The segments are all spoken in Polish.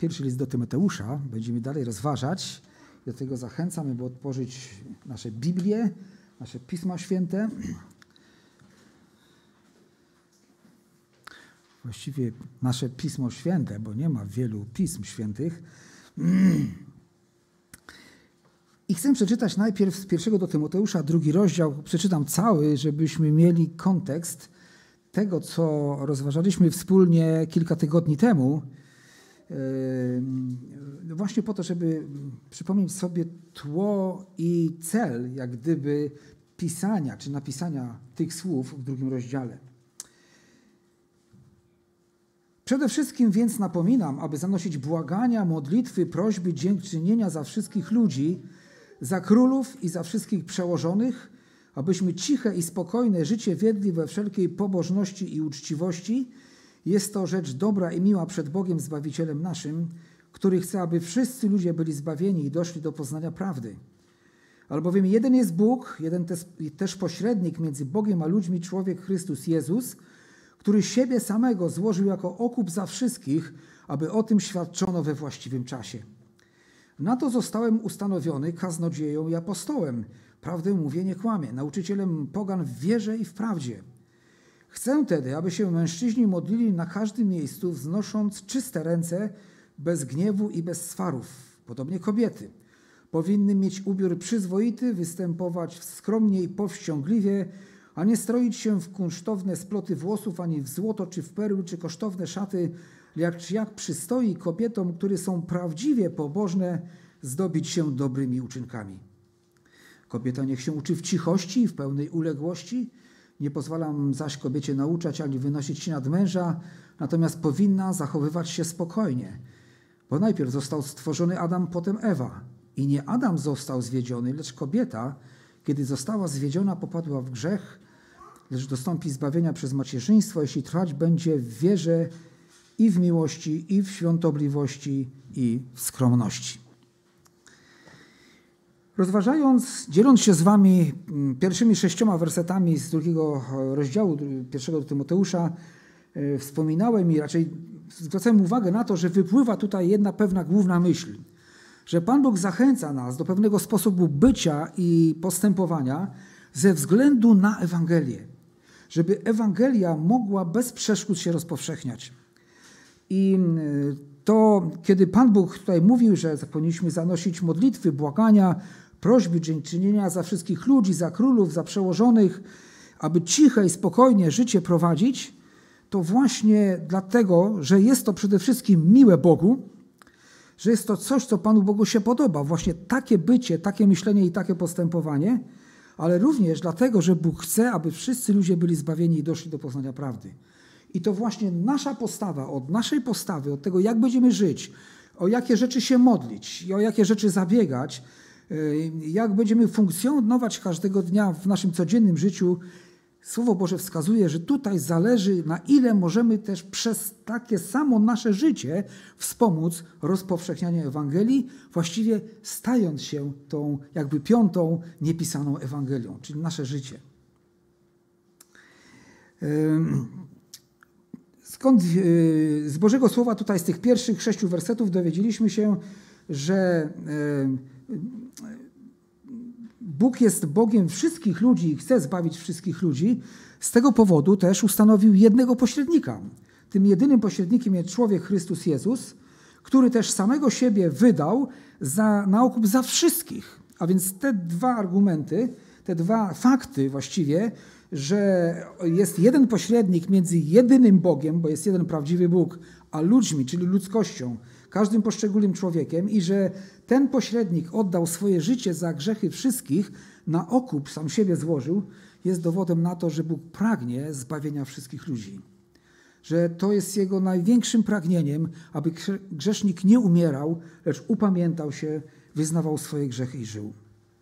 Pierwszy list do Tymoteusza. Będziemy dalej rozważać. Do tego zachęcam, aby otworzyć nasze Biblię, nasze Pisma Święte. Właściwie nasze Pismo Święte, bo nie ma wielu Pism Świętych. I chcę przeczytać najpierw z 1 do Tymoteusza, 2 rozdział. Przeczytam cały, żebyśmy mieli kontekst tego, co rozważaliśmy wspólnie kilka tygodni temu. Właśnie po to, żeby przypomnieć sobie tło i cel, jak gdyby pisania, czy napisania tych słów w 2 rozdziale. Przede wszystkim więc napominam, aby zanosić błagania, modlitwy, prośby, dziękczynienia za wszystkich ludzi, za królów i za wszystkich przełożonych, abyśmy ciche i spokojne życie wiedli we wszelkiej pobożności i uczciwości. Jest to rzecz dobra i miła przed Bogiem Zbawicielem naszym, który chce, aby wszyscy ludzie byli zbawieni i doszli do poznania prawdy. Albowiem jeden jest Bóg, jeden też pośrednik między Bogiem a ludźmi, człowiek Chrystus Jezus, który siebie samego złożył jako okup za wszystkich, aby o tym świadczono we właściwym czasie. Na to zostałem ustanowiony kaznodzieją i apostołem. Prawdę mówię, nie kłamię, nauczycielem pogan w wierze i w prawdzie. Chcę tedy, aby się mężczyźni modlili na każdym miejscu, wznosząc czyste ręce, bez gniewu i bez swarów. Podobnie kobiety. Powinny mieć ubiór przyzwoity, występować skromnie i powściągliwie, a nie stroić się w kunsztowne sploty włosów, ani w złoto, czy w perły, czy kosztowne szaty, jak przystoi kobietom, które są prawdziwie pobożne, zdobić się dobrymi uczynkami. Kobieta niech się uczy w cichości i w pełnej uległości. Nie pozwalam zaś kobiecie nauczać ani wynosić się nad męża, natomiast powinna zachowywać się spokojnie. Bo najpierw został stworzony Adam, potem Ewa. I nie Adam został zwiedziony, lecz kobieta, kiedy została zwiedziona, popadła w grzech, lecz dostąpi zbawienia przez macierzyństwo, jeśli trwać będzie w wierze i w miłości, i w świątobliwości, i w skromności. Rozważając, dzieląc się z wami pierwszymi 6 wersetami z 2 rozdziału 1 do Tymoteusza, wspominałem i raczej zwracałem uwagę na to, że wypływa tutaj jedna pewna główna myśl, że Pan Bóg zachęca nas do pewnego sposobu bycia i postępowania ze względu na Ewangelię, żeby Ewangelia mogła bez przeszkód się rozpowszechniać. I to, kiedy Pan Bóg tutaj mówił, że powinniśmy zanosić modlitwy, błagania, prośby, dziękczynienia za wszystkich ludzi, za królów, za przełożonych, aby ciche i spokojnie życie prowadzić, to właśnie dlatego, że jest to przede wszystkim miłe Bogu, że jest to coś, co Panu Bogu się podoba. Właśnie takie bycie, takie myślenie i takie postępowanie, ale również dlatego, że Bóg chce, aby wszyscy ludzie byli zbawieni i doszli do poznania prawdy. I to właśnie nasza postawa, od naszej postawy, od tego, jak będziemy żyć, o jakie rzeczy się modlić i o jakie rzeczy zabiegać, jak będziemy funkcjonować każdego dnia w naszym codziennym życiu, Słowo Boże wskazuje, że tutaj zależy, na ile możemy też przez takie samo nasze życie wspomóc rozpowszechnianie Ewangelii, właściwie stając się tą jakby 5. niepisaną Ewangelią, czyli nasze życie. Skąd z Bożego Słowa tutaj z tych pierwszych 6 wersetów dowiedzieliśmy się, że Bóg jest Bogiem wszystkich ludzi i chce zbawić wszystkich ludzi. Z tego powodu też ustanowił jednego pośrednika. Tym jedynym pośrednikiem jest człowiek Chrystus Jezus, który też samego siebie wydał na okup za wszystkich. A więc te 2 argumenty, te 2 fakty właściwie, że jest jeden pośrednik między jedynym Bogiem, bo jest jeden prawdziwy Bóg, a ludźmi, czyli ludzkością, każdym poszczególnym człowiekiem i że ten pośrednik oddał swoje życie za grzechy wszystkich, na okup sam siebie złożył, jest dowodem na to, że Bóg pragnie zbawienia wszystkich ludzi. Że to jest Jego największym pragnieniem, aby grzesznik nie umierał, lecz upamiętał się, wyznawał swoje grzechy i żył.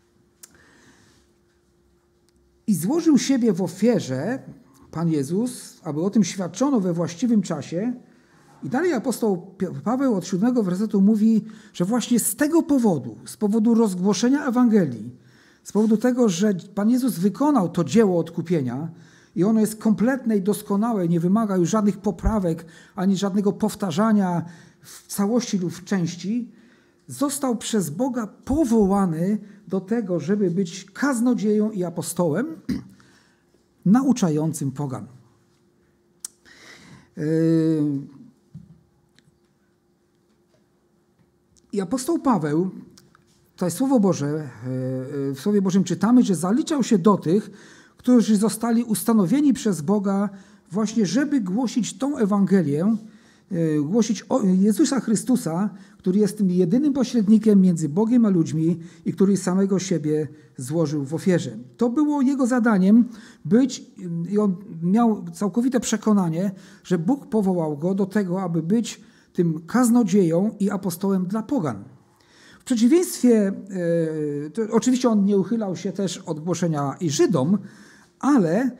I złożył siebie w ofierze, Pan Jezus, aby o tym świadczono we właściwym czasie. I dalej apostoł Paweł od 7 wersetu mówi, że właśnie z tego powodu, z powodu rozgłoszenia Ewangelii, z powodu tego, że Pan Jezus wykonał to dzieło odkupienia i ono jest kompletne i doskonałe, nie wymaga już żadnych poprawek, ani żadnego powtarzania w całości lub w części, został przez Boga powołany do tego, żeby być kaznodzieją i apostołem nauczającym pogan. I apostoł Paweł, tutaj Słowo Boże, w Słowie Bożym czytamy, że zaliczał się do tych, którzy zostali ustanowieni przez Boga właśnie, żeby głosić tą Ewangelię, głosić Jezusa Chrystusa, który jest tym jedynym pośrednikiem między Bogiem a ludźmi i który samego siebie złożył w ofierze. To było jego zadaniem i on miał całkowite przekonanie, że Bóg powołał go do tego, aby być tym kaznodzieją i apostołem dla pogan. W przeciwieństwie, to oczywiście on nie uchylał się też od głoszenia i Żydom, ale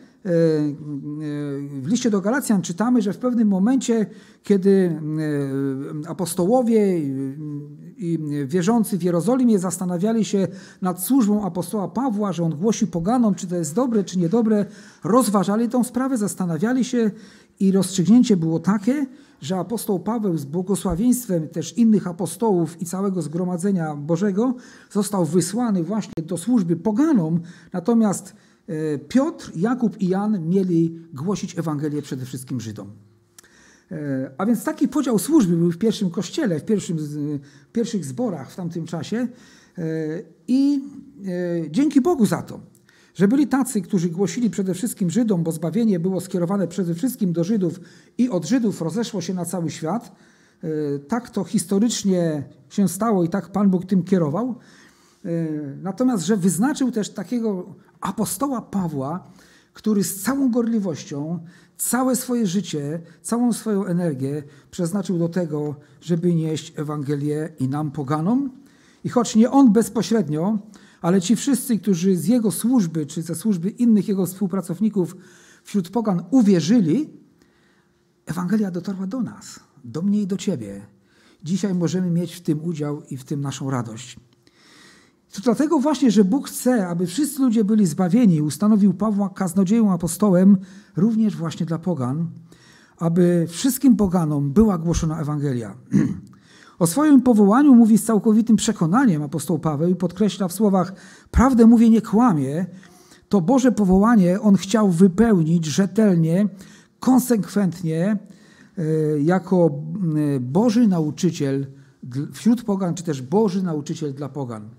w liście do Galacjan czytamy, że w pewnym momencie, kiedy apostołowie i wierzący w Jerozolimie zastanawiali się nad służbą apostoła Pawła, że on głosi poganom, czy to jest dobre, czy niedobre, rozważali tę sprawę, zastanawiali się i rozstrzygnięcie było takie, że apostoł Paweł z błogosławieństwem też innych apostołów i całego zgromadzenia Bożego został wysłany właśnie do służby poganom, natomiast Piotr, Jakub i Jan mieli głosić Ewangelię przede wszystkim Żydom. A więc taki podział służby był w pierwszym kościele, w pierwszych zborach w tamtym czasie i dzięki Bogu za to, że byli tacy, którzy głosili przede wszystkim Żydom, bo zbawienie było skierowane przede wszystkim do Żydów i od Żydów rozeszło się na cały świat. Tak to historycznie się stało i tak Pan Bóg tym kierował. Natomiast, że wyznaczył też takiego apostoła Pawła, który z całą gorliwością, całe swoje życie, całą swoją energię przeznaczył do tego, żeby nieść Ewangelię i nam poganom. I choć nie on bezpośrednio, ale ci wszyscy, którzy z jego służby, czy ze służby innych jego współpracowników wśród pogan uwierzyli, Ewangelia dotarła do nas, do mnie i do ciebie. Dzisiaj możemy mieć w tym udział i w tym naszą radość. To dlatego właśnie, że Bóg chce, aby wszyscy ludzie byli zbawieni, ustanowił Pawła kaznodzieją, apostołem, również właśnie dla pogan, aby wszystkim poganom była głoszona Ewangelia. O swoim powołaniu mówi z całkowitym przekonaniem apostoł Paweł i podkreśla w słowach: prawdę mówię, nie kłamię. To Boże powołanie on chciał wypełnić rzetelnie, konsekwentnie, jako Boży nauczyciel wśród pogan, czy też Boży nauczyciel dla pogan.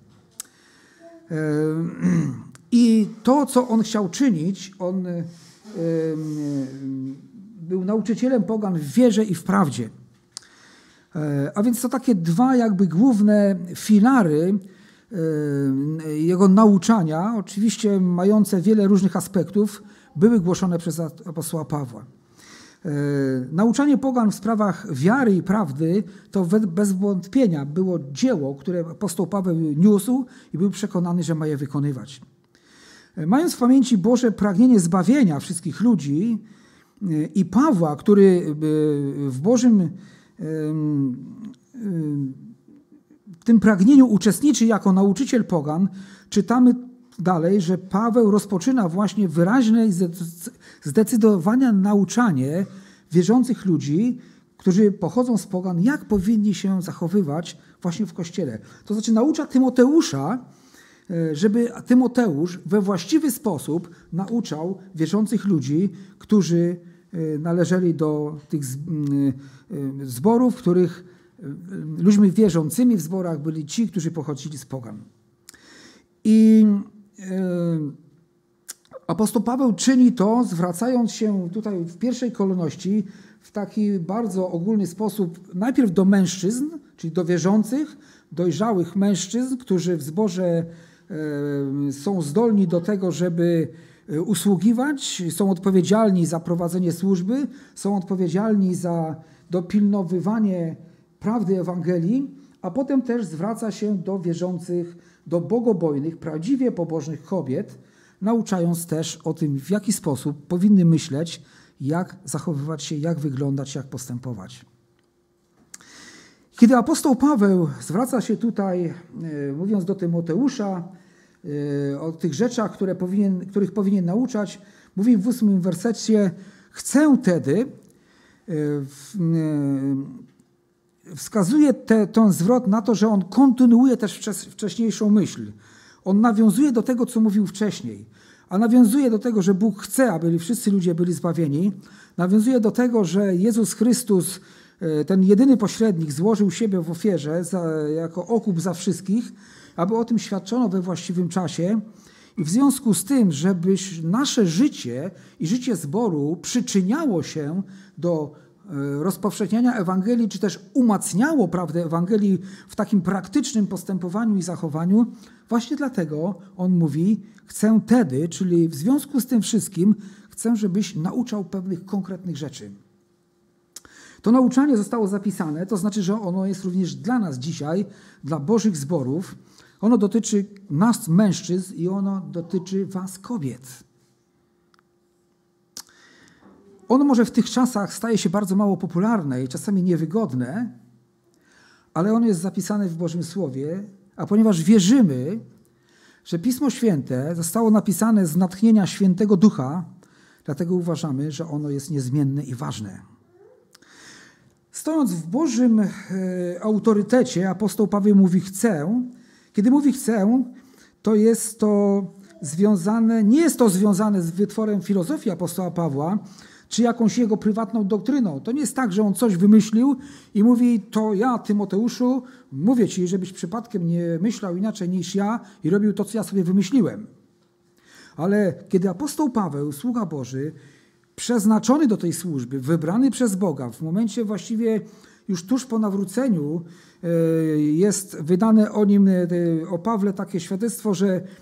I to, co on chciał czynić, on był nauczycielem pogan w wierze i w prawdzie. A więc to takie dwa jakby główne filary jego nauczania, oczywiście mające wiele różnych aspektów, były głoszone przez apostoła Pawła. Nauczanie pogan w sprawach wiary i prawdy to bez wątpienia było dzieło, które apostoł Paweł niósł i był przekonany, że ma je wykonywać. Mając w pamięci Boże pragnienie zbawienia wszystkich ludzi i Pawła, który w Bożym w tym pragnieniu uczestniczy jako nauczyciel pogan, czytamy dalej, że Paweł rozpoczyna właśnie wyraźne i zdecydowane nauczanie wierzących ludzi, którzy pochodzą z pogan, jak powinni się zachowywać właśnie w Kościele. To znaczy naucza Tymoteusza, żeby Tymoteusz we właściwy sposób nauczał wierzących ludzi, którzy należeli do tych zborów, w których ludźmi wierzącymi w zborach byli ci, którzy pochodzili z pogan. I apostoł Paweł czyni to, zwracając się tutaj w pierwszej kolejności w taki bardzo ogólny sposób najpierw do mężczyzn, czyli do wierzących, dojrzałych mężczyzn, którzy w zborze są zdolni do tego, żeby usługiwać, są odpowiedzialni za prowadzenie służby, są odpowiedzialni za dopilnowywanie prawdy Ewangelii, a potem też zwraca się do wierzących, do bogobojnych, prawdziwie pobożnych kobiet, nauczając też o tym, w jaki sposób powinny myśleć, jak zachowywać się, jak wyglądać, jak postępować. Kiedy apostoł Paweł zwraca się tutaj, mówiąc do Tymoteusza, o tych rzeczach, których powinien nauczać, mówi w 8 wersecie: chcę tedy wskazuje ten zwrot na to, że on kontynuuje też wcześniejszą myśl. On nawiązuje do tego, co mówił wcześniej, a nawiązuje do tego, że Bóg chce, aby wszyscy ludzie byli zbawieni. Nawiązuje do tego, że Jezus Chrystus, ten jedyny pośrednik, złożył siebie w ofierze jako okup za wszystkich, aby o tym świadczono we właściwym czasie. I w związku z tym, żeby nasze życie i życie zboru przyczyniało się do rozpowszechniania Ewangelii, czy też umacniało prawdę Ewangelii w takim praktycznym postępowaniu i zachowaniu, właśnie dlatego on mówi, chcę tedy, czyli w związku z tym wszystkim, chcę, żebyś nauczał pewnych konkretnych rzeczy. To nauczanie zostało zapisane, to znaczy, że ono jest również dla nas dzisiaj, dla Bożych zborów. Ono dotyczy nas, mężczyzn, i ono dotyczy was, kobiet. Ono może w tych czasach staje się bardzo mało popularne i czasami niewygodne, ale ono jest zapisane w Bożym Słowie, a ponieważ wierzymy, że Pismo Święte zostało napisane z natchnienia Świętego Ducha, dlatego uważamy, że ono jest niezmienne i ważne. Stojąc w Bożym autorytecie, apostoł Paweł mówi chcę. Kiedy mówi chcę, to jest to związane, nie jest to związane z wytworem filozofii apostoła Pawła, czy jakąś jego prywatną doktryną. To nie jest tak, że on coś wymyślił i mówi, to ja, Tymoteuszu, mówię ci, żebyś przypadkiem nie myślał inaczej niż ja i robił to, co ja sobie wymyśliłem. Ale kiedy apostoł Paweł, sługa Boży, przeznaczony do tej służby, wybrany przez Boga, w momencie właściwie już tuż po nawróceniu jest wydane o nim, o Pawle, takie świadectwo,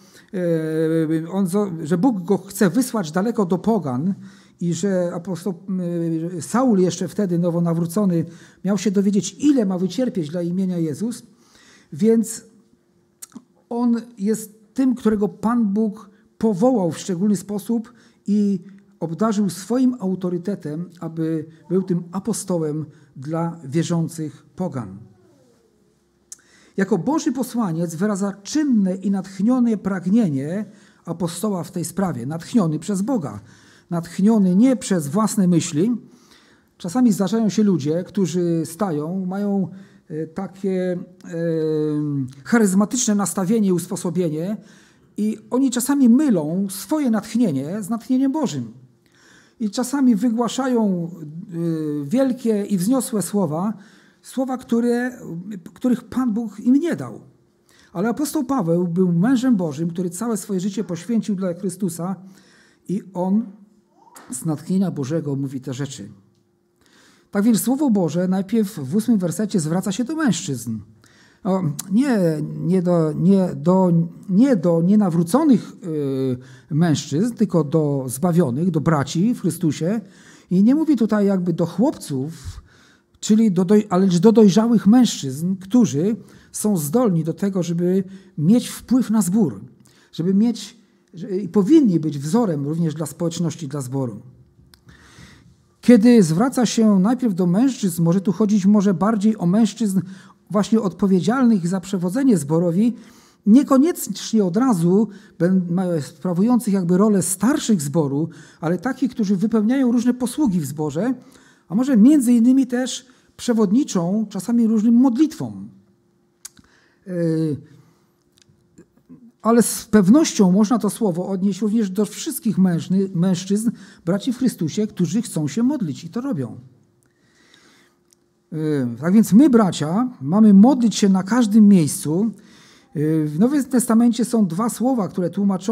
że Bóg go chce wysłać daleko do pogan i że apostoł Saul jeszcze wtedy nowonawrócony miał się dowiedzieć, ile ma wycierpieć dla imienia Jezus, więc on jest tym, którego Pan Bóg powołał w szczególny sposób i obdarzył swoim autorytetem, aby był tym apostołem dla wierzących pogan. Jako Boży posłaniec wyraża czynne i natchnione pragnienie apostoła w tej sprawie. Natchniony przez Boga. Natchniony nie przez własne myśli. Czasami zdarzają się ludzie, którzy stają, mają takie charyzmatyczne nastawienie i usposobienie i oni czasami mylą swoje natchnienie z natchnieniem Bożym. I czasami wygłaszają wielkie i wzniosłe słowa, których Pan Bóg im nie dał. Ale apostoł Paweł był mężem Bożym, który całe swoje życie poświęcił dla Chrystusa i on z natchnienia Bożego mówi te rzeczy. Tak więc Słowo Boże najpierw w 8 wersecie zwraca się do mężczyzn. Nie do nienawróconych mężczyzn, tylko do zbawionych, do braci w Chrystusie. I nie mówi tutaj jakby do chłopców, ale do dojrzałych mężczyzn, którzy są zdolni do tego, żeby mieć wpływ na zbór, i powinni być wzorem również dla społeczności, dla zboru. Kiedy zwraca się najpierw do mężczyzn, może tu chodzić bardziej o mężczyzn właśnie odpowiedzialnych za przewodzenie zborowi, niekoniecznie od razu sprawujących jakby rolę starszych zboru, ale takich, którzy wypełniają różne posługi w zborze, a może między innymi też przewodniczą czasami różnym modlitwom. Ale z pewnością można to słowo odnieść również do wszystkich mężczyzn, braci w Chrystusie, którzy chcą się modlić i to robią. Tak więc my, bracia, mamy modlić się na każdym miejscu. W Nowym Testamencie są dwa słowa, które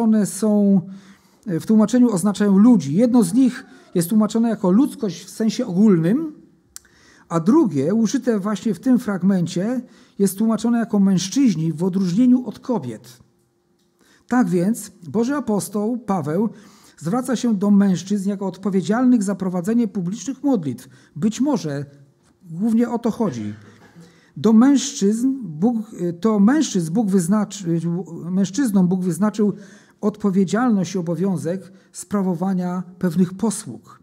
w tłumaczeniu oznaczają ludzi. Jedno z nich jest tłumaczone jako ludzkość w sensie ogólnym, a drugie, użyte właśnie w tym fragmencie, jest tłumaczone jako mężczyźni w odróżnieniu od kobiet. Tak więc Boży apostoł Paweł zwraca się do mężczyzn jako odpowiedzialnych za prowadzenie publicznych modlitw. Być może głównie o to chodzi. Mężczyznom Bóg wyznaczył odpowiedzialność i obowiązek sprawowania pewnych posług.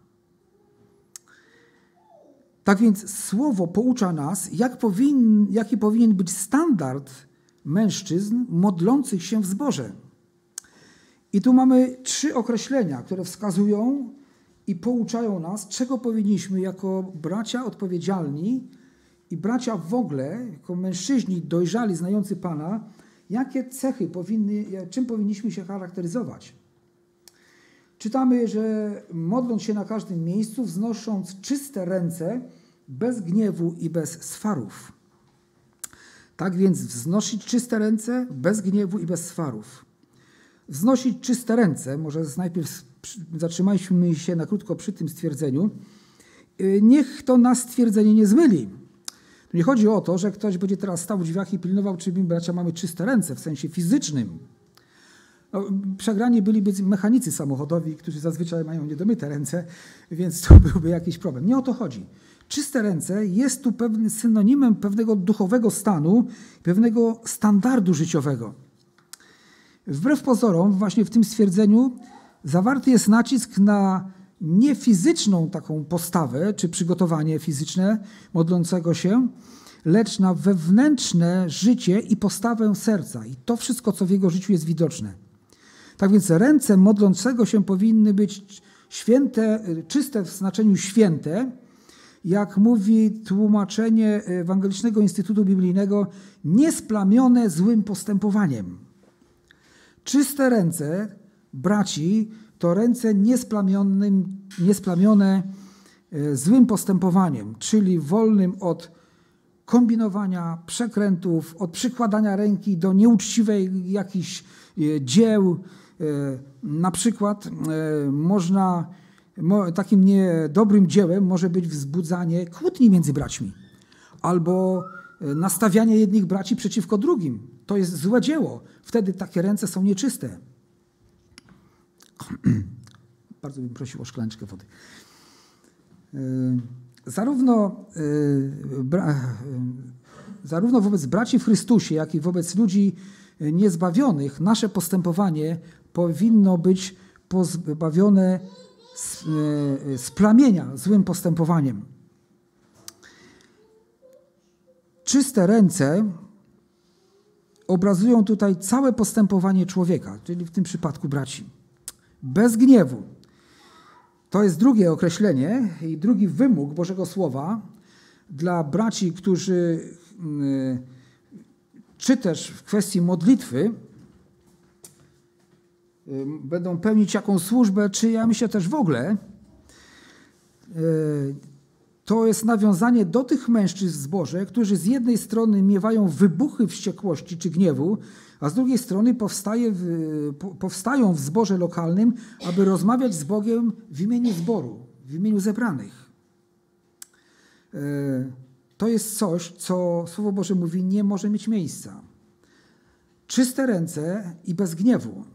Tak więc słowo poucza nas, jaki powinien być standard mężczyzn modlących się w zborze. I tu mamy 3 określenia, które wskazują i pouczają nas, czego powinniśmy jako bracia odpowiedzialni i bracia w ogóle, jako mężczyźni dojrzali, znający Pana, jakie cechy czym powinniśmy się charakteryzować. Czytamy, że modląc się na każdym miejscu, wznosząc czyste ręce, bez gniewu i bez swarów. Tak więc wznosić czyste ręce, bez gniewu i bez swarów. Wznosić czyste ręce, może najpierw zatrzymajmy się na krótko przy tym stwierdzeniu. Niech to nas stwierdzenie nie zmyli. Nie chodzi o to, że ktoś będzie teraz stał w drzwiach i pilnował, czy my, bracia, mamy czyste ręce w sensie fizycznym. No, przegrani byliby mechanicy samochodowi, którzy zazwyczaj mają niedomyte ręce, więc to byłby jakiś problem. Nie o to chodzi. Czyste ręce jest tu pewnym synonimem pewnego duchowego stanu, pewnego standardu życiowego. Wbrew pozorom, właśnie w tym stwierdzeniu zawarty jest nacisk na nie fizyczną taką postawę, czy przygotowanie fizyczne modlącego się, lecz na wewnętrzne życie i postawę serca. I to wszystko, co w jego życiu jest widoczne. Tak więc ręce modlącego się powinny być święte, czyste w znaczeniu święte, jak mówi tłumaczenie Ewangelicznego Instytutu Biblijnego, niesplamione złym postępowaniem. Czyste ręce braci to ręce niesplamione złym postępowaniem, czyli wolnym od kombinowania, przekrętów, od przykładania ręki do nieuczciwej jakichś dzieł. Na przykład takim niedobrym dziełem może być wzbudzanie kłótni między braćmi albo nastawianie jednych braci przeciwko drugim. To jest złe dzieło. Wtedy takie ręce są nieczyste. Bardzo bym prosił o szklaneczkę wody. Zarówno wobec braci w Chrystusie, jak i wobec ludzi niezbawionych nasze postępowanie powinno być pozbawione splamienia złym postępowaniem. Czyste ręce obrazują tutaj całe postępowanie człowieka, czyli w tym przypadku braci. Bez gniewu. To jest drugie określenie i drugi wymóg Bożego Słowa dla braci, którzy czy też w kwestii modlitwy będą pełnić jakąś służbę, czy ja myślę też w ogóle, to jest nawiązanie do tych mężczyzn w zborze, którzy z jednej strony miewają wybuchy wściekłości czy gniewu, a z drugiej strony powstają w zborze lokalnym, aby rozmawiać z Bogiem w imieniu zboru, w imieniu zebranych. To jest coś, co Słowo Boże mówi, nie może mieć miejsca. Czyste ręce i bez gniewu.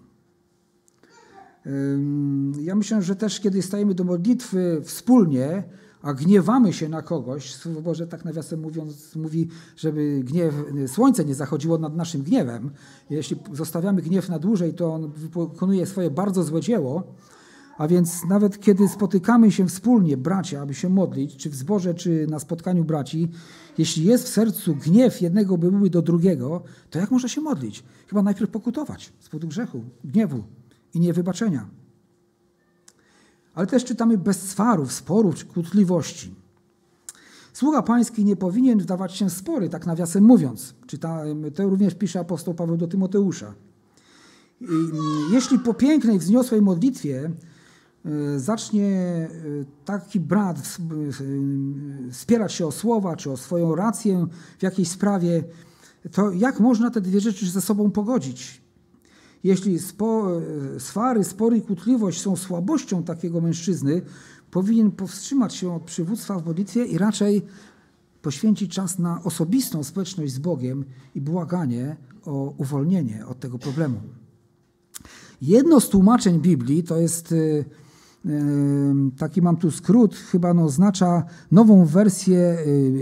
Ja myślę, że też kiedy stajemy do modlitwy wspólnie, a gniewamy się na kogoś, Słowo Boże, tak nawiasem mówiąc, mówi, żeby słońce nie zachodziło nad naszym gniewem. Jeśli zostawiamy gniew na dłużej, to on wykonuje swoje bardzo złe dzieło. A więc nawet kiedy spotykamy się wspólnie, bracia, aby się modlić, czy w zborze, czy na spotkaniu braci, jeśli jest w sercu gniew jednego były do drugiego, to jak można się modlić? Chyba najpierw pokutować z powodu grzechu, gniewu i niewybaczenia. Ale też czytamy bez swarów, sporów czy kłótliwości. Sługa pański nie powinien wdawać się w spory, tak nawiasem mówiąc. To również pisze apostoł Paweł do Tymoteusza. Jeśli po pięknej, wzniosłej modlitwie zacznie taki brat spierać się o słowa, czy o swoją rację w jakiejś sprawie, to jak można te dwie rzeczy ze sobą pogodzić? Jeśli swary, spory i kłótliwość są słabością takiego mężczyzny, powinien powstrzymać się od przywództwa w modlitwie i raczej poświęcić czas na osobistą społeczność z Bogiem i błaganie o uwolnienie od tego problemu. Jedno z tłumaczeń Biblii, to jest taki mam tu skrót, chyba oznacza nową wersję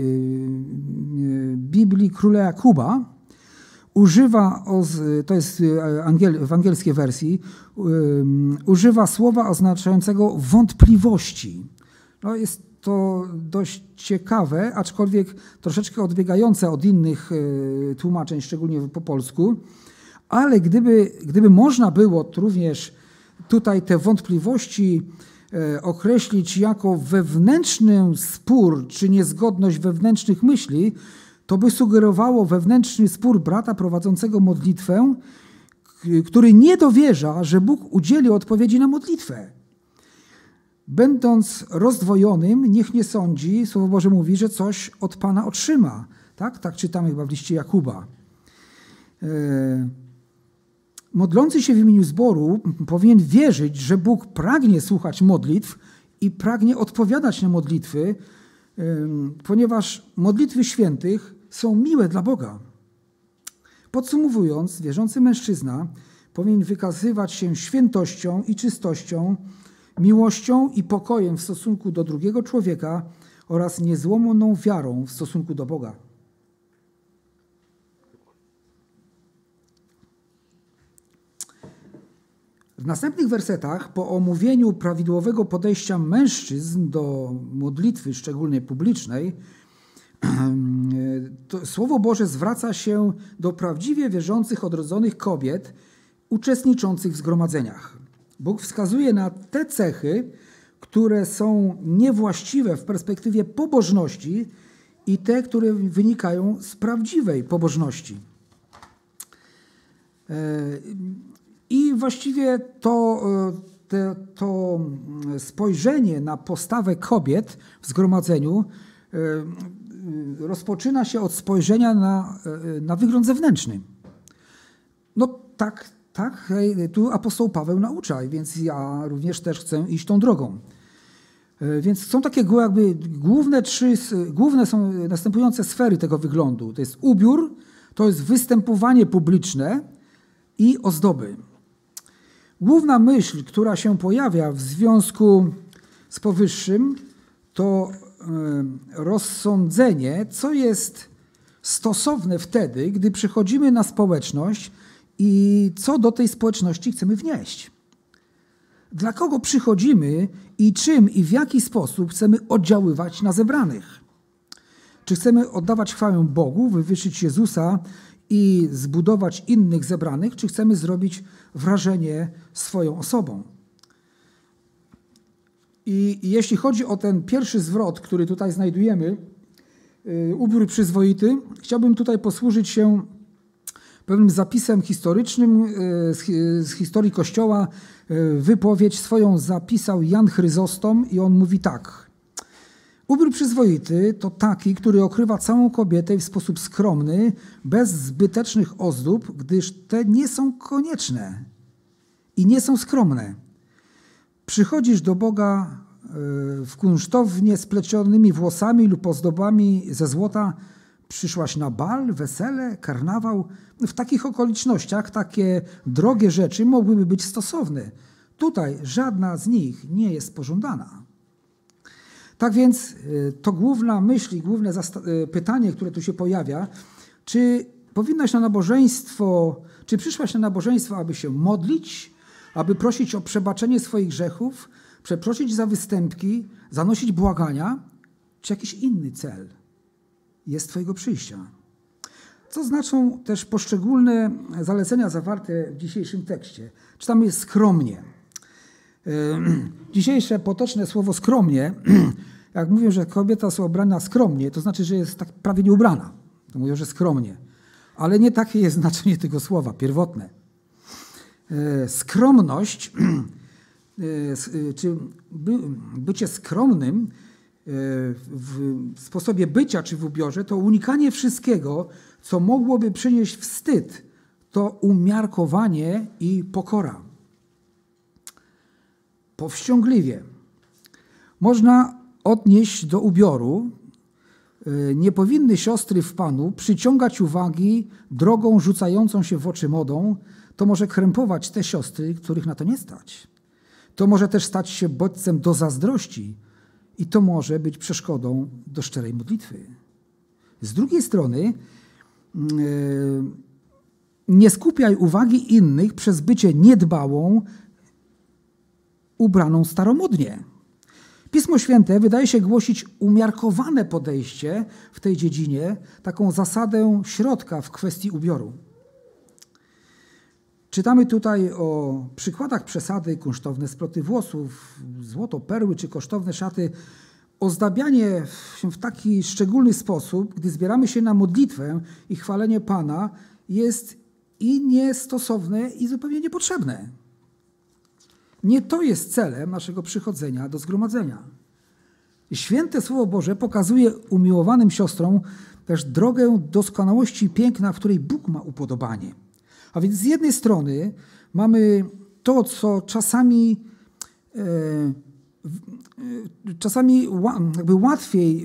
Biblii Króla Jakuba, używa, to jest w angielskiej wersji, używa słowa oznaczającego wątpliwości. No jest to dość ciekawe, aczkolwiek troszeczkę odbiegające od innych tłumaczeń, szczególnie po polsku, ale gdyby można było również tutaj te wątpliwości określić jako wewnętrzny spór czy niezgodność wewnętrznych myśli, to by sugerowało wewnętrzny spór brata prowadzącego modlitwę, który nie dowierza, że Bóg udzieli odpowiedzi na modlitwę. Będąc rozdwojonym, niech nie sądzi, Słowo Boże mówi, że coś od Pana otrzyma. Tak czytamy chyba w liście Jakuba. Modlący się w imieniu zboru powinien wierzyć, że Bóg pragnie słuchać modlitw i pragnie odpowiadać na modlitwy, ponieważ modlitwy świętych są miłe dla Boga. Podsumowując, wierzący mężczyzna powinien wykazywać się świętością i czystością, miłością i pokojem w stosunku do drugiego człowieka oraz niezłomną wiarą w stosunku do Boga. W następnych wersetach, po omówieniu prawidłowego podejścia mężczyzn do modlitwy, szczególnie publicznej, Słowo Boże zwraca się do prawdziwie wierzących, odrodzonych kobiet uczestniczących w zgromadzeniach. Bóg wskazuje na te cechy, które są niewłaściwe w perspektywie pobożności i te, które wynikają z prawdziwej pobożności. I właściwie to spojrzenie na postawę kobiet w zgromadzeniu rozpoczyna się od spojrzenia na wygląd zewnętrzny. No tak tu apostoł Paweł naucza, więc ja również też chcę iść tą drogą. Więc są takie jakby główne są następujące sfery tego wyglądu. To jest ubiór, to jest występowanie publiczne i ozdoby. Główna myśl, która się pojawia w związku z powyższym, to rozsądzenie, co jest stosowne wtedy, gdy przychodzimy na społeczność i co do tej społeczności chcemy wnieść. Dla kogo przychodzimy i czym i w jaki sposób chcemy oddziaływać na zebranych. Czy chcemy oddawać chwałę Bogu, wywyższyć Jezusa i zbudować innych zebranych, czy chcemy zrobić wrażenie swoją osobą. I jeśli chodzi o ten pierwszy zwrot, który tutaj znajdujemy, ubiór przyzwoity, chciałbym tutaj posłużyć się pewnym zapisem historycznym z historii Kościoła. Wypowiedź swoją zapisał Jan Chryzostom i on mówi tak. Ubiór przyzwoity to taki, który okrywa całą kobietę w sposób skromny, bez zbytecznych ozdób, gdyż te nie są konieczne i nie są skromne. Przychodzisz do Boga w kunsztownie splecionymi włosami lub ozdobami ze złota. Przyszłaś na bal, wesele, karnawał. W takich okolicznościach takie drogie rzeczy mogłyby być stosowne. Tutaj żadna z nich nie jest pożądana. Tak więc to główna myśl i główne pytanie, które tu się pojawia, czy powinnaś na nabożeństwo, czy przyszłaś na nabożeństwo, aby się modlić, aby prosić o przebaczenie swoich grzechów, przeprosić za występki, zanosić błagania, czy jakiś inny cel jest twojego przyjścia? Co znaczą też poszczególne zalecenia zawarte w dzisiejszym tekście? Czytamy skromnie. Dzisiejsze potoczne słowo skromnie, jak mówią, że kobieta jest ubrana skromnie, to znaczy, że jest tak prawie nie ubrana. To mówią, że skromnie. Ale nie takie jest znaczenie tego słowa, pierwotne. Skromność, czy bycie skromnym w sposobie bycia czy w ubiorze, to unikanie wszystkiego, co mogłoby przynieść wstyd. To umiarkowanie i pokora. Powściągliwie. Można odnieść do ubioru. Nie powinny siostry w Panu przyciągać uwagi drogą rzucającą się w oczy modą. To może krępować te siostry, których na to nie stać. To może też stać się bodźcem do zazdrości i to może być przeszkodą do szczerej modlitwy. Z drugiej strony nie skupiaj uwagi innych przez bycie niedbałą, ubraną staromodnie. Pismo Święte wydaje się głosić umiarkowane podejście w tej dziedzinie, taką zasadę środka w kwestii ubioru. Czytamy tutaj o przykładach przesady, kunsztowne sploty włosów, złoto, perły czy kosztowne szaty. Ozdabianie się w taki szczególny sposób, gdy zbieramy się na modlitwę i chwalenie Pana, jest i niestosowne, i zupełnie niepotrzebne. Nie to jest celem naszego przychodzenia do zgromadzenia. Święte Słowo Boże pokazuje umiłowanym siostrom też drogę doskonałości i piękna, w której Bóg ma upodobanie. A więc z jednej strony mamy to, co czasami jakby łatwiej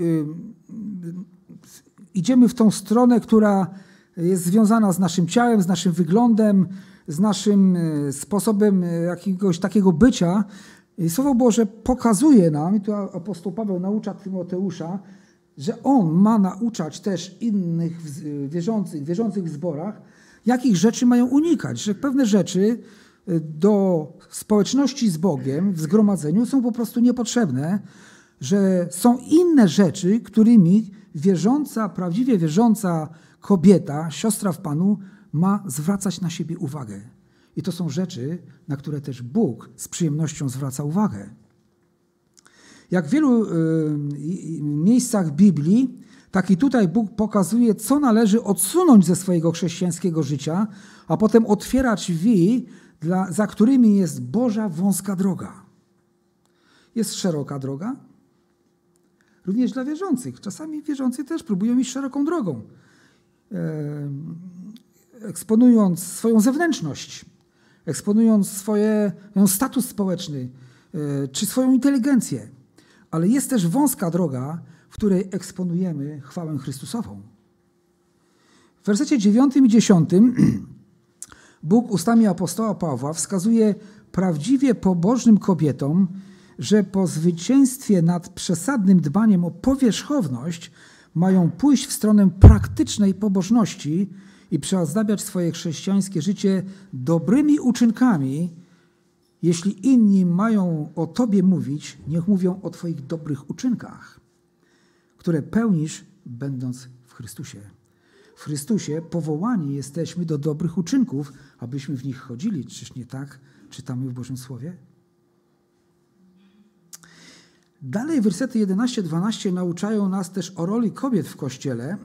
idziemy w tą stronę, która jest związana z naszym ciałem, z naszym wyglądem, z naszym sposobem jakiegoś takiego bycia. I Słowo Boże pokazuje nam, i tu apostoł Paweł naucza Tymoteusza, że on ma nauczać też innych wierzących w zborach, jakich rzeczy mają unikać, że pewne rzeczy do społeczności z Bogiem w zgromadzeniu są po prostu niepotrzebne, że są inne rzeczy, którymi prawdziwie wierząca kobieta, siostra w Panu ma zwracać na siebie uwagę. I to są rzeczy, na które też Bóg z przyjemnością zwraca uwagę. Jak w wielu miejscach Biblii, tak i tutaj Bóg pokazuje, co należy odsunąć ze swojego chrześcijańskiego życia, a potem otwiera drzwi, za którymi jest Boża wąska droga. Jest szeroka droga, również dla wierzących. Czasami wierzący też próbują iść szeroką drogą, eksponując swoją zewnętrzność, eksponując swój status społeczny czy swoją inteligencję. Ale jest też wąska droga, w której eksponujemy chwałę Chrystusową. W wersecie 9 i 10 Bóg ustami apostoła Pawła wskazuje prawdziwie pobożnym kobietom, że po zwycięstwie nad przesadnym dbaniem o powierzchowność mają pójść w stronę praktycznej pobożności i przeozdabiać swoje chrześcijańskie życie dobrymi uczynkami. Jeśli inni mają o Tobie mówić, niech mówią o Twoich dobrych uczynkach, które pełnisz, będąc w Chrystusie. W Chrystusie powołani jesteśmy do dobrych uczynków, abyśmy w nich chodzili. Czyż nie tak czytamy w Bożym Słowie? Dalej wersety 11-12 nauczają nas też o roli kobiet w Kościele.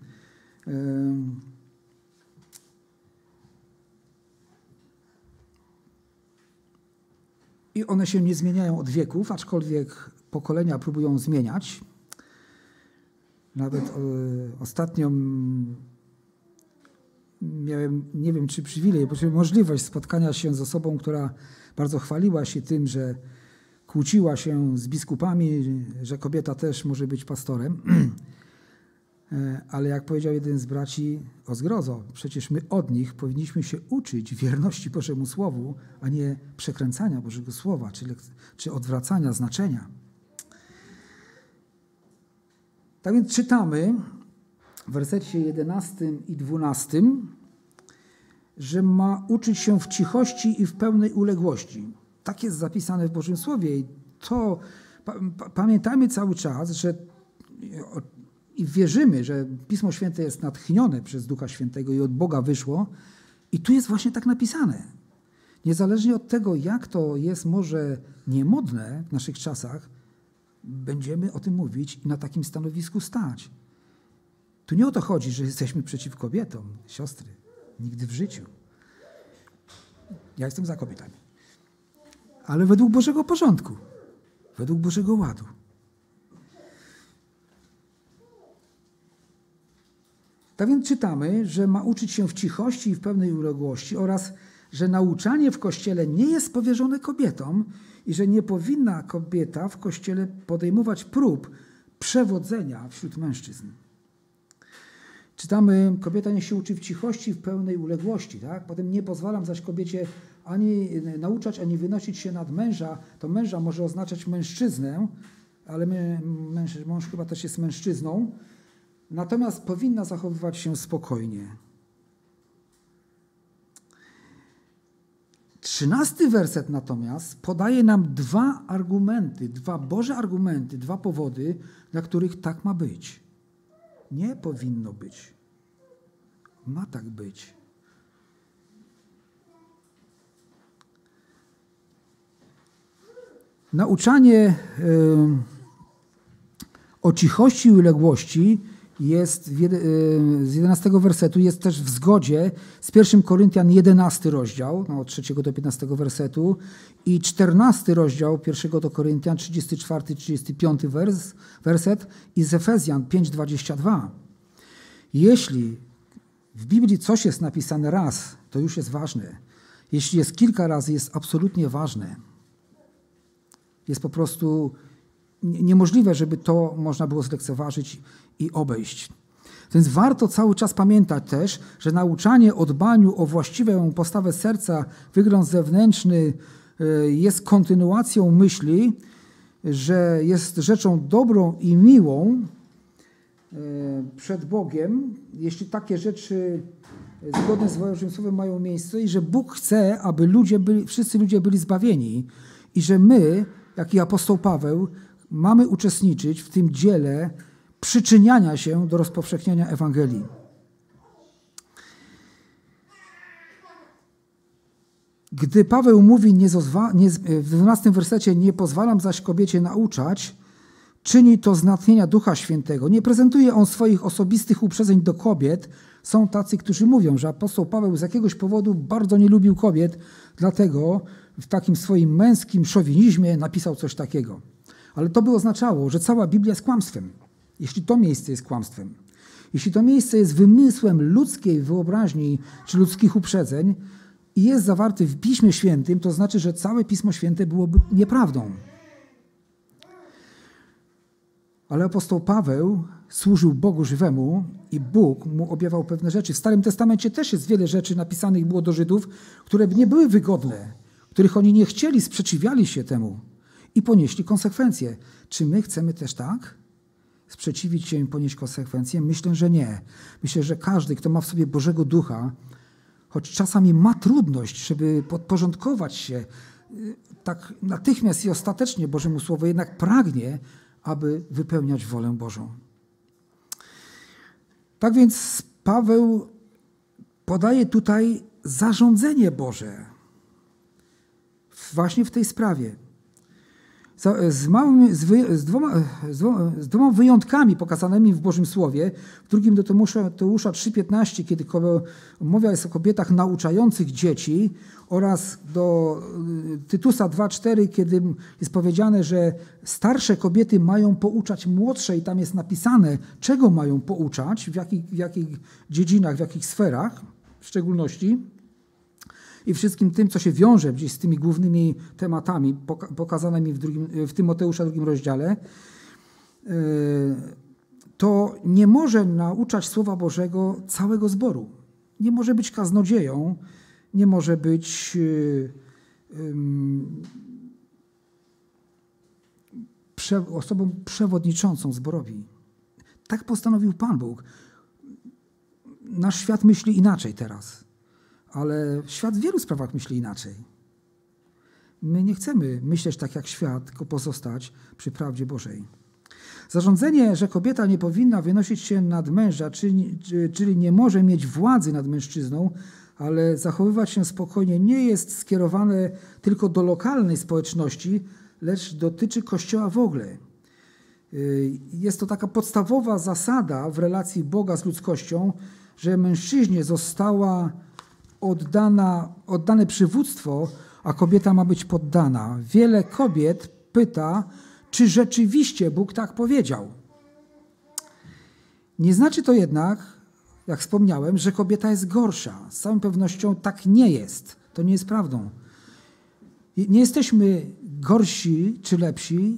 I one się nie zmieniają od wieków, aczkolwiek pokolenia próbują zmieniać. Nawet ostatnio miałem, nie wiem czy przywilej, bo możliwość spotkania się z osobą, która bardzo chwaliła się tym, że kłóciła się z biskupami, że kobieta też może być pastorem. Ale jak powiedział jeden z braci, o zgrozo, przecież my od nich powinniśmy się uczyć wierności Bożemu Słowu, a nie przekręcania Bożego Słowa, czy odwracania znaczenia. Tak więc czytamy w wersecie 11 i 12, że ma uczyć się w cichości i w pełnej uległości. Tak jest zapisane w Bożym Słowie. I to pamiętajmy cały czas, że i wierzymy, że Pismo Święte jest natchnione przez Ducha Świętego i od Boga wyszło. I tu jest właśnie tak napisane. Niezależnie od tego, jak to jest może niemodne w naszych czasach, będziemy o tym mówić i na takim stanowisku stać. Tu nie o to chodzi, że jesteśmy przeciw kobietom, siostry. Nigdy w życiu. Ja jestem za kobietami. Ale według Bożego porządku. Według Bożego ładu. Tak więc czytamy, że ma uczyć się w cichości i w pełnej uległości oraz, że nauczanie w Kościele nie jest powierzone kobietom i że nie powinna kobieta w Kościele podejmować prób przewodzenia wśród mężczyzn. Czytamy, kobieta niech się uczy w cichości i w pełnej uległości. Tak? Potem nie pozwalam zaś kobiecie ani nauczać, ani wynosić się nad męża. To męża może oznaczać mężczyznę, ale mąż chyba też jest mężczyzną. Natomiast powinna zachowywać się spokojnie. 13 werset natomiast podaje nam dwa Boże argumenty, dwa powody, dla których tak ma być. Nie powinno być. Ma tak być. Nauczanie o cichości i uległości jest z 11 wersetu jest też w zgodzie z 1 Koryntian 11 rozdział, od 3 do 15 wersetu i 14 rozdział 1 do Koryntian, 34-35 werset i z Efezjan 5:22. Jeśli w Biblii coś jest napisane raz, to już jest ważne. Jeśli jest kilka razy, jest absolutnie ważne. Jest po prostu niemożliwe, żeby to można było zlekceważyć i obejść. Więc warto cały czas pamiętać też, że nauczanie o dbaniu o właściwą postawę serca, wygląd zewnętrzny jest kontynuacją myśli, że jest rzeczą dobrą i miłą przed Bogiem, jeśli takie rzeczy zgodne z Bożym Słowem mają miejsce i że Bóg chce, aby wszyscy ludzie byli zbawieni i że my, jak i apostoł Paweł, mamy uczestniczyć w tym dziele przyczyniania się do rozpowszechniania Ewangelii. Gdy Paweł mówi w 12 wersecie, nie pozwalam zaś kobiecie nauczać, czyni to z natchnienia Ducha Świętego. Nie prezentuje on swoich osobistych uprzedzeń do kobiet. Są tacy, którzy mówią, że apostoł Paweł z jakiegoś powodu bardzo nie lubił kobiet, dlatego w takim swoim męskim szowinizmie napisał coś takiego. Ale to by oznaczało, że cała Biblia jest kłamstwem, jeśli to miejsce jest kłamstwem. Jeśli to miejsce jest wymysłem ludzkiej wyobraźni czy ludzkich uprzedzeń i jest zawarte w Piśmie Świętym, to znaczy, że całe Pismo Święte byłoby nieprawdą. Ale apostoł Paweł służył Bogu żywemu i Bóg mu objawiał pewne rzeczy. W Starym Testamencie też jest wiele rzeczy napisanych było do Żydów, które nie były wygodne, których oni nie chcieli, sprzeciwiali się temu i ponieśli konsekwencje. Czy my chcemy też tak? Sprzeciwić się i ponieść konsekwencje? Myślę, że nie. Myślę, że każdy, kto ma w sobie Bożego Ducha, choć czasami ma trudność, żeby podporządkować się tak natychmiast i ostatecznie Bożemu Słowu, jednak pragnie, aby wypełniać wolę Bożą. Tak więc Paweł podaje tutaj zarządzenie Boże właśnie w tej sprawie. Z dwoma wyjątkami pokazanymi w Bożym Słowie. W drugim do Tytusza 3,15, kiedy mowa jest o kobietach nauczających dzieci, oraz do Tytusa 2,4, kiedy jest powiedziane, że starsze kobiety mają pouczać młodsze i tam jest napisane, czego mają pouczać, w jakich dziedzinach, w jakich sferach w szczególności. I wszystkim tym, co się wiąże gdzieś z tymi głównymi tematami pokazanymi w Tymoteusza 2 rozdziale, to nie może nauczać Słowa Bożego całego zboru. Nie może być kaznodzieją, nie może być osobą przewodniczącą zborowi. Tak postanowił Pan Bóg. Nasz świat myśli inaczej teraz. Ale świat w wielu sprawach myśli inaczej. My nie chcemy myśleć tak jak świat, tylko pozostać przy prawdzie Bożej. Zarządzenie, że kobieta nie powinna wynosić się nad męża, czyli nie może mieć władzy nad mężczyzną, ale zachowywać się spokojnie, nie jest skierowane tylko do lokalnej społeczności, lecz dotyczy Kościoła w ogóle. Jest to taka podstawowa zasada w relacji Boga z ludzkością, że mężczyźnie została oddane przywództwo, a kobieta ma być poddana. Wiele kobiet pyta, czy rzeczywiście Bóg tak powiedział. Nie znaczy to jednak, jak wspomniałem, że kobieta jest gorsza. Z całą pewnością tak nie jest. To nie jest prawdą. Nie jesteśmy gorsi czy lepsi,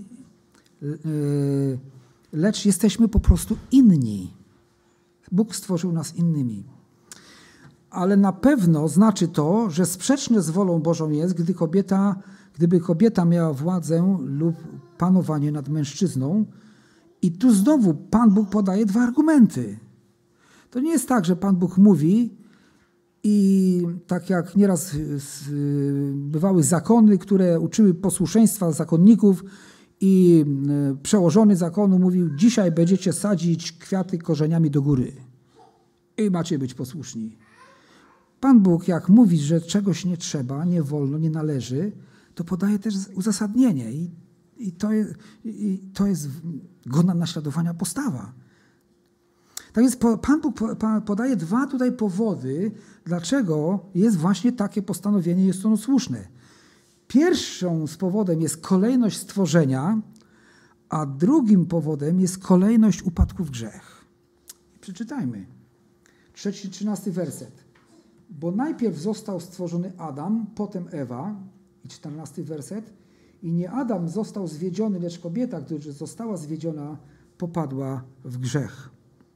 lecz jesteśmy po prostu inni. Bóg stworzył nas innymi. Ale na pewno znaczy to, że sprzeczne z wolą Bożą jest, gdyby kobieta miała władzę lub panowanie nad mężczyzną. I tu znowu Pan Bóg podaje dwa argumenty. To nie jest tak, że Pan Bóg mówi i tak jak nieraz bywały zakony, które uczyły posłuszeństwa zakonników i przełożony zakonu mówił, dzisiaj będziecie sadzić kwiaty korzeniami do góry i macie być posłuszni. Pan Bóg, jak mówi, że czegoś nie trzeba, nie wolno, nie należy, to podaje też uzasadnienie. I to jest godna naśladowania postawa. Tak więc Pan Bóg podaje dwa tutaj powody, dlaczego jest właśnie takie postanowienie, jest ono słuszne. Pierwszą z powodem jest kolejność stworzenia, a drugim powodem jest kolejność upadku w grzech. Przeczytajmy. 13 werset. Bo najpierw został stworzony Adam, potem Ewa. I 14 werset. I nie Adam został zwiedziony, lecz kobieta, która została zwiedziona, popadła w grzech.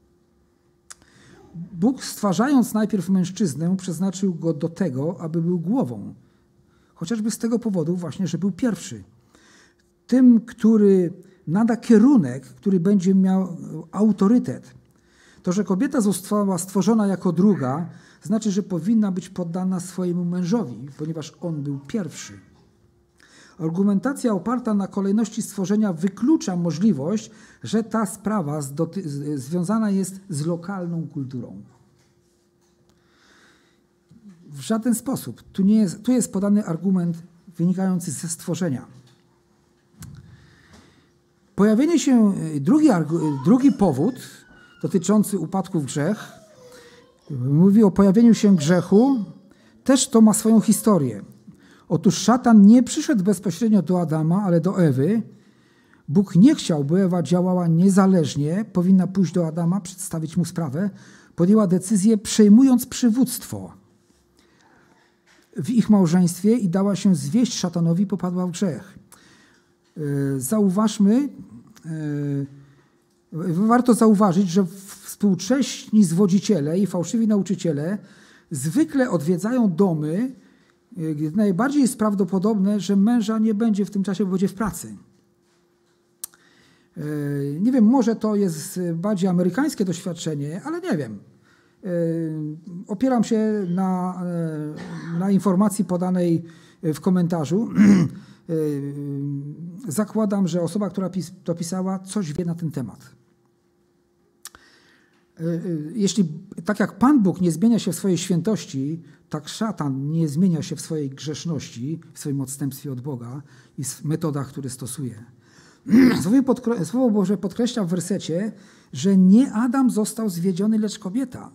Bóg, stwarzając najpierw mężczyznę, przeznaczył go do tego, aby był głową. Chociażby z tego powodu właśnie, że był pierwszy. Tym, który nada kierunek, który będzie miał autorytet. To, że kobieta została stworzona jako druga, znaczy, że powinna być poddana swojemu mężowi, ponieważ on był pierwszy. Argumentacja oparta na kolejności stworzenia wyklucza możliwość, że ta sprawa związana jest z lokalną kulturą. W żaden sposób. Tu jest podany argument wynikający ze stworzenia. Pojawienie się, drugi powód dotyczący upadku w grzech, mówi o pojawieniu się grzechu, też to ma swoją historię. Otóż szatan nie przyszedł bezpośrednio do Adama, ale do Ewy. Bóg nie chciał, by Ewa działała niezależnie, powinna pójść do Adama, przedstawić mu sprawę. Podjęła decyzję, przejmując przywództwo w ich małżeństwie i dała się zwieść szatanowi, popadła w grzech. Warto zauważyć, że współcześni zwodziciele i fałszywi nauczyciele zwykle odwiedzają domy, gdy najbardziej jest prawdopodobne, że męża nie będzie w tym czasie, bo będzie w pracy. Nie wiem, może to jest bardziej amerykańskie doświadczenie, ale nie wiem. Opieram się na informacji podanej w komentarzu. Zakładam, że osoba, która to pisała, coś wie na ten temat. Jeśli tak jak Pan Bóg nie zmienia się w swojej świętości, tak szatan nie zmienia się w swojej grzeszności, w swoim odstępstwie od Boga i w metodach, które stosuje. Słowo Boże podkreśla w wersecie, że nie Adam został zwiedziony, lecz kobieta.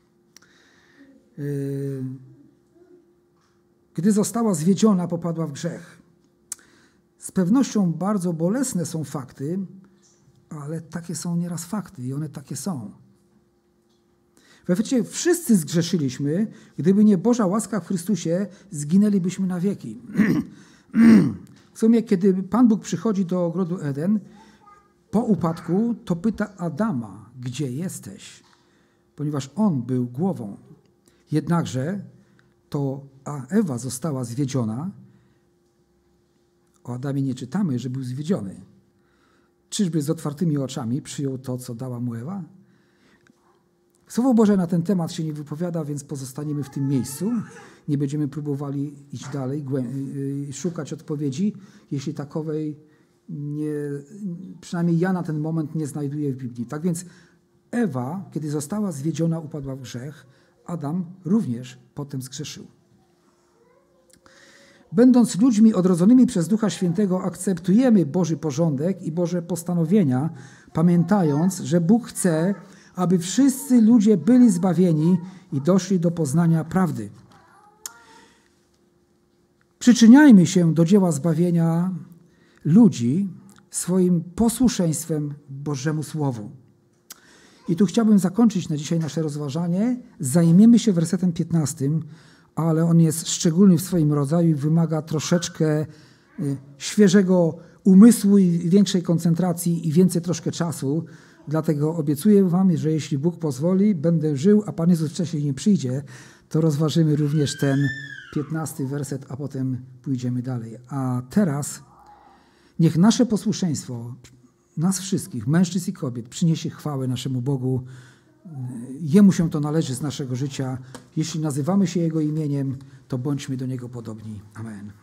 Gdy została zwiedziona, popadła w grzech. Z pewnością bardzo bolesne są fakty, ale takie są nieraz fakty i one takie są. W efekcie wszyscy zgrzeszyliśmy, gdyby nie Boża łaska w Chrystusie, zginęlibyśmy na wieki. W sumie, kiedy Pan Bóg przychodzi do ogrodu Eden, po upadku, to pyta Adama, gdzie jesteś? Ponieważ on był głową. Jednakże to Ewa została zwiedziona. O Adamie nie czytamy, że był zwiedziony. Czyżby z otwartymi oczami przyjął to, co dała mu Ewa? Słowo Boże na ten temat się nie wypowiada, więc pozostaniemy w tym miejscu. Nie będziemy próbowali iść dalej, szukać odpowiedzi, jeśli takowej przynajmniej ja na ten moment nie znajduję w Biblii. Tak więc Ewa, kiedy została zwiedziona, upadła w grzech. Adam również potem zgrzeszył. Będąc ludźmi odrodzonymi przez Ducha Świętego, akceptujemy Boży porządek i Boże postanowienia, pamiętając, że Bóg chce, aby wszyscy ludzie byli zbawieni i doszli do poznania prawdy. Przyczyniajmy się do dzieła zbawienia ludzi swoim posłuszeństwem Bożemu Słowu. I tu chciałbym zakończyć na dzisiaj nasze rozważanie. Zajmiemy się wersetem 15, ale on jest szczególny w swoim rodzaju i wymaga troszeczkę świeżego umysłu i większej koncentracji i więcej troszkę czasu. Dlatego obiecuję wam, że jeśli Bóg pozwoli, będę żył, a Pan Jezus wcześniej nie przyjdzie, to rozważymy również ten 15 werset, a potem pójdziemy dalej. A teraz niech nasze posłuszeństwo, nas wszystkich, mężczyzn i kobiet, przyniesie chwałę naszemu Bogu. Jemu się to należy z naszego życia. Jeśli nazywamy się Jego imieniem, to bądźmy do Niego podobni. Amen.